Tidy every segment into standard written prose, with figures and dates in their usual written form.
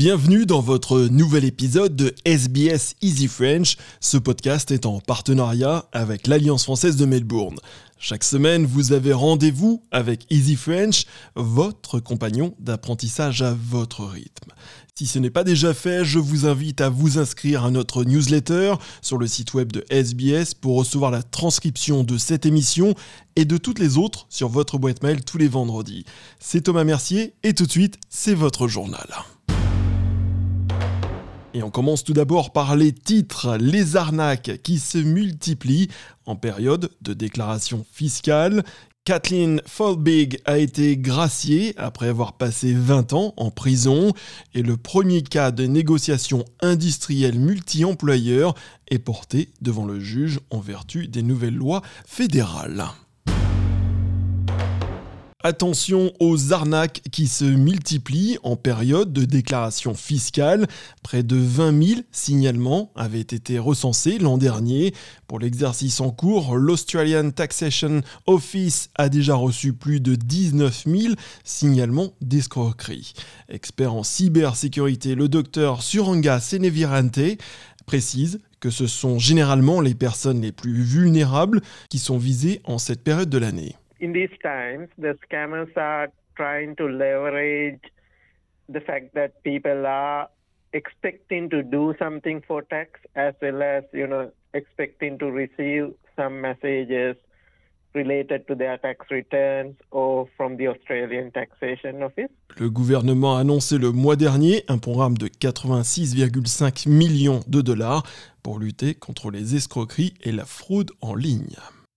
Bienvenue dans votre nouvel épisode de SBS Easy French. Ce podcast est en partenariat avec l'Alliance française de Melbourne. Chaque semaine, vous avez rendez-vous avec Easy French, votre compagnon d'apprentissage à votre rythme. Si ce n'est pas déjà fait, je vous invite à vous inscrire à notre newsletter sur le site web de SBS pour recevoir la transcription de cette émission et de toutes les autres sur votre boîte mail tous les vendredis. C'est Thomas Mercier et tout de suite, c'est votre journal. Et on commence tout d'abord par les titres, les arnaques qui se multiplient en période de déclaration fiscale. Kathleen Folbig a été graciée après avoir passé 20 ans en prison et le premier cas de négociation industrielle multi-employeurs est porté devant le juge en vertu des nouvelles lois fédérales. Attention aux arnaques qui se multiplient en période de déclaration fiscale. Près de 20 000 signalements avaient été recensés l'an dernier. Pour l'exercice en cours, l'Australian Taxation Office a déjà reçu plus de 19 000 signalements d'escroquerie. Expert en cybersécurité, le docteur Suranga Senevirante précise que ce sont généralement les personnes les plus vulnérables qui sont visées en cette période de l'année. In these times, the scammers are trying to leverage the fact that people are expecting to do something for tax as well as, expecting to receive some messages related to their tax returns or from the Australian Taxation Office. Le gouvernement a annoncé le mois dernier un programme de 86,5 millions de dollars pour lutter contre les escroqueries et la fraude en ligne.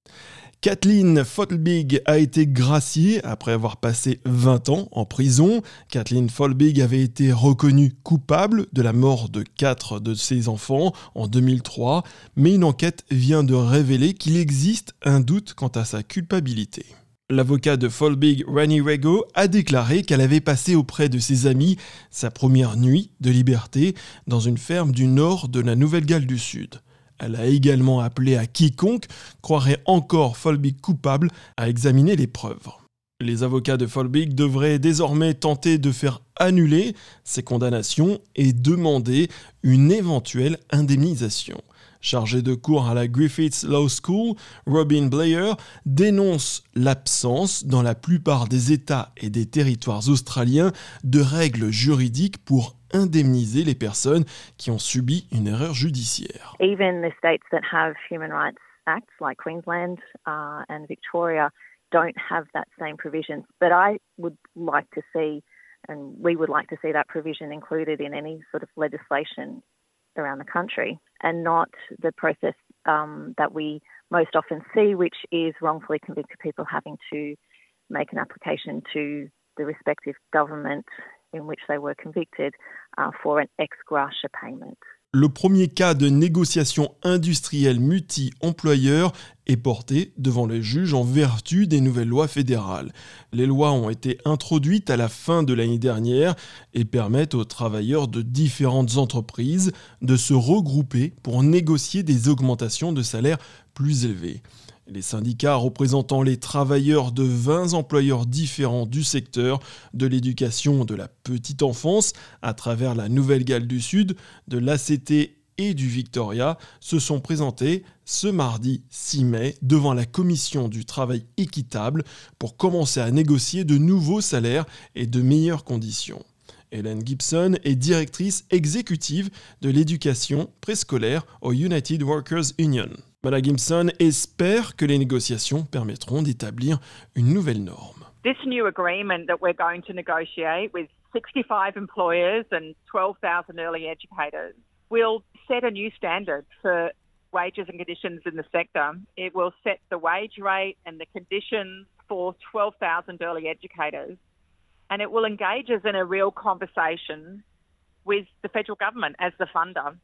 Kathleen Folbig a été graciée après avoir passé 20 ans en prison. Kathleen Folbig avait été reconnue coupable de la mort de 4 de ses enfants en 2003, mais une enquête vient de révéler qu'il existe un doute quant à sa culpabilité. L'avocat de Folbig, Rani Rego, a déclaré qu'elle avait passé auprès de ses amis sa première nuit de liberté dans une ferme du nord de la Nouvelle-Galles du Sud. Elle a également appelé à quiconque croirait encore Folbig coupable à examiner les preuves. Les avocats de Folbig devraient désormais tenter de faire annuler ces condamnations et demander une éventuelle indemnisation. Chargé de cours à la Griffith Law School, Robin Blair dénonce l'absence dans la plupart des États et des territoires australiens de règles juridiques pour indemniser les personnes qui ont subi une erreur judiciaire. Even the states that have human rights acts like Queensland and Victoria don't have that same provision. But I would like to see, and we would like to see that provision included in any sort of legislation around the country, and not the process that we most often see, which is wrongfully convicted people having to make an application to the respective government in which they were convicted for an ex gratia payment. Le premier cas de négociation industrielle multi-employeurs est porté devant les juges en vertu des nouvelles lois fédérales. Les lois ont été introduites à la fin de l'année dernière et permettent aux travailleurs de différentes entreprises de se regrouper pour négocier des augmentations de salaire plus élevées. Les syndicats représentant les travailleurs de 20 employeurs différents du secteur de l'éducation de la petite enfance à travers la Nouvelle-Galles du Sud, de l'ACT et du Victoria se sont présentés ce mardi 6 mai devant la Commission du travail équitable pour commencer à négocier de nouveaux salaires et de meilleures conditions. Helen Gibson est directrice exécutive de l'éducation préscolaire au United Workers Union. Mme Gibson espère que les négociations permettront d'établir une nouvelle norme. This new agreement that we're going to negotiate with 65 employers and 12,000 early educators will set a new standard for wages and conditions in the sector. It will set the wage rate and the conditions for 12,000 early educators, and it will engage us in a real conversation with the federal government as the funder.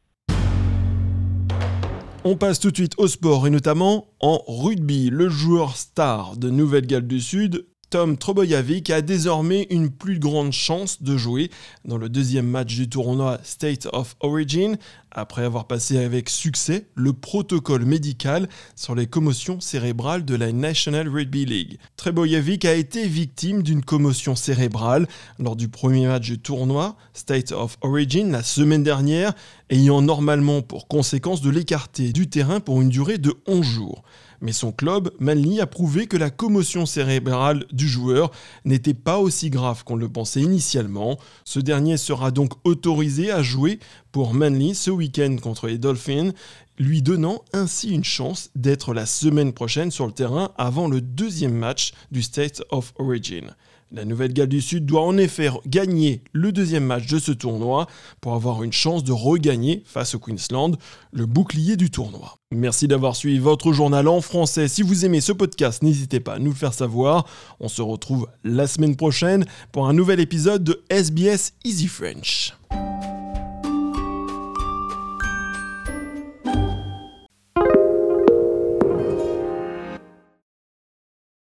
On passe tout de suite au sport et notamment en rugby. Le joueur star de Nouvelle-Galles du Sud, Tom Trbojevic, a désormais une plus grande chance de jouer dans le deuxième match du tournoi State of Origin après avoir passé avec succès le protocole médical sur les commotions cérébrales de la National Rugby League. Trebojevic a été victime d'une commotion cérébrale lors du premier match du tournoi State of Origin la semaine dernière, ayant normalement pour conséquence de l'écarter du terrain pour une durée de 11 jours. Mais son club, Manly, a prouvé que la commotion cérébrale du joueur n'était pas aussi grave qu'on le pensait initialement. Ce dernier sera donc autorisé à jouer pour Manly ce week-end contre les Dolphins, lui donnant ainsi une chance d'être la semaine prochaine sur le terrain avant le deuxième match du State of Origin. La Nouvelle-Galles du Sud doit en effet gagner le deuxième match de ce tournoi pour avoir une chance de regagner face au Queensland le bouclier du tournoi. Merci d'avoir suivi votre journal en français. Si vous aimez ce podcast, n'hésitez pas à nous le faire savoir. On se retrouve la semaine prochaine pour un nouvel épisode de SBS Easy French.